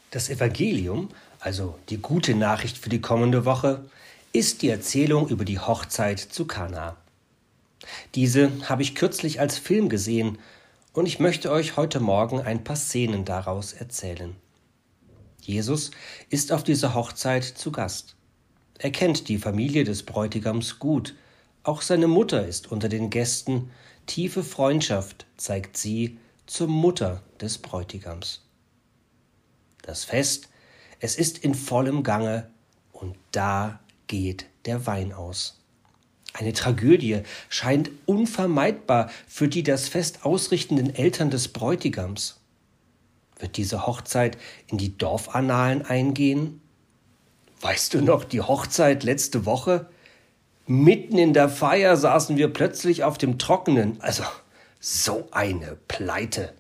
Das Evangelium, also die gute Nachricht für die kommende Woche, ist die Erzählung über die Hochzeit zu Kana. Diese habe ich kürzlich als Film gesehen und ich möchte euch heute Morgen ein paar Szenen daraus erzählen. Jesus ist auf dieser Hochzeit zu Gast. Er kennt die Familie des Bräutigams gut. Auch seine Mutter ist unter den Gästen. Tiefe Freundschaft zeigt sie zur Mutter des Bräutigams. Das Fest, es ist in vollem Gange und da geht der Wein aus. Eine Tragödie scheint unvermeidbar für die das Fest ausrichtenden Eltern des Bräutigams. Wird diese Hochzeit in die Dorfannalen eingehen? Weißt du noch die Hochzeit letzte Woche? Mitten in der Feier saßen wir plötzlich auf dem Trockenen. Also, so eine Pleite.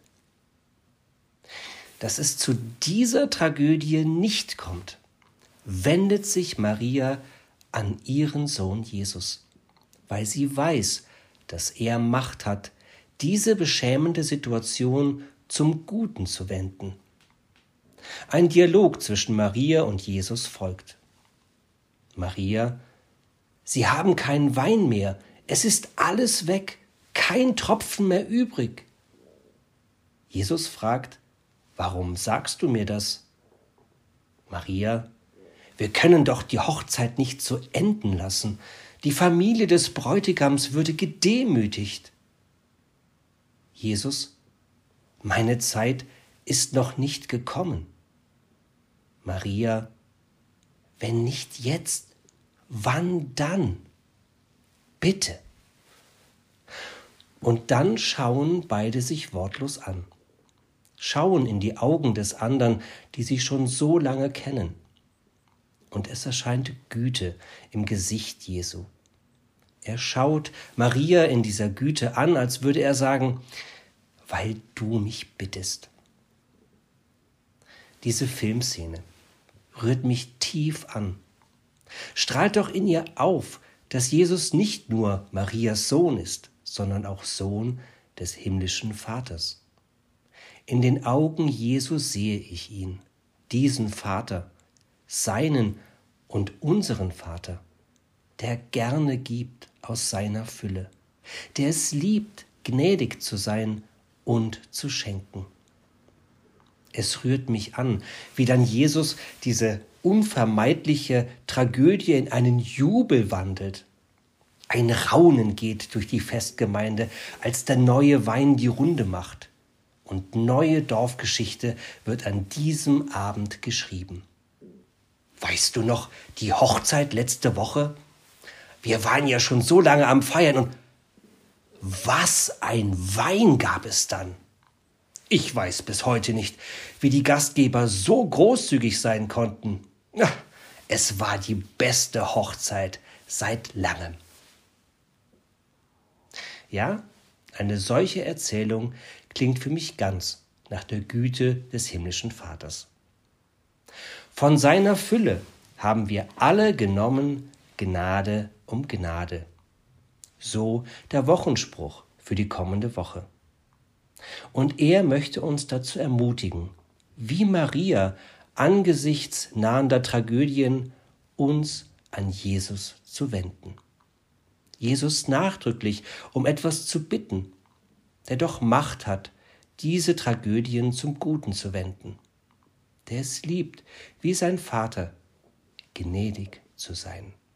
Dass es zu dieser Tragödie nicht kommt, wendet sich Maria an ihren Sohn Jesus, weil sie weiß, dass er Macht hat, diese beschämende Situation zum Guten zu wenden. Ein Dialog zwischen Maria und Jesus folgt. Maria: Sie haben keinen Wein mehr, es ist alles weg, kein Tropfen mehr übrig. Jesus fragt: Warum sagst du mir das? Maria: Wir können doch die Hochzeit nicht so enden lassen. Die Familie des Bräutigams würde gedemütigt. Jesus: Meine Zeit ist noch nicht gekommen. Maria: Wenn nicht jetzt, wann dann? Bitte. Und dann schauen beide sich wortlos an. Schauen in die Augen des anderen, die sie schon so lange kennen. Und es erscheint Güte im Gesicht Jesu. Er schaut Maria in dieser Güte an, als würde er sagen: Weil du mich bittest. Diese Filmszene rührt mich tief an. Strahlt doch in ihr auf, dass Jesus nicht nur Marias Sohn ist, sondern auch Sohn des himmlischen Vaters. In den Augen Jesu sehe ich ihn, diesen Vater, seinen und unseren Vater, der gerne gibt aus seiner Fülle, der es liebt, gnädig zu sein und zu schenken. Es rührt mich an, wie dann Jesus diese unvermeidliche Tragödie in einen Jubel wandelt. Ein Raunen geht durch die Festgemeinde, als der neue Wein die Runde macht. Und neue Dorfgeschichte wird an diesem Abend geschrieben. Weißt du noch die Hochzeit letzte Woche? Wir waren ja schon so lange am Feiern und was ein Wein gab es dann! Ich weiß bis heute nicht, wie die Gastgeber so großzügig sein konnten. Es war die beste Hochzeit seit langem. Ja, eine solche Erzählung klingt für mich ganz nach der Güte des himmlischen Vaters. Von seiner Fülle haben wir alle genommen, Gnade um Gnade. So der Wochenspruch für die kommende Woche. Und er möchte uns dazu ermutigen, wie Maria angesichts nahender Tragödien uns an Jesus zu wenden. Jesus nachdrücklich um etwas zu bitten, der doch Macht hat, diese Tragödien zum Guten zu wenden, der es liebt, wie sein Vater, gnädig zu sein.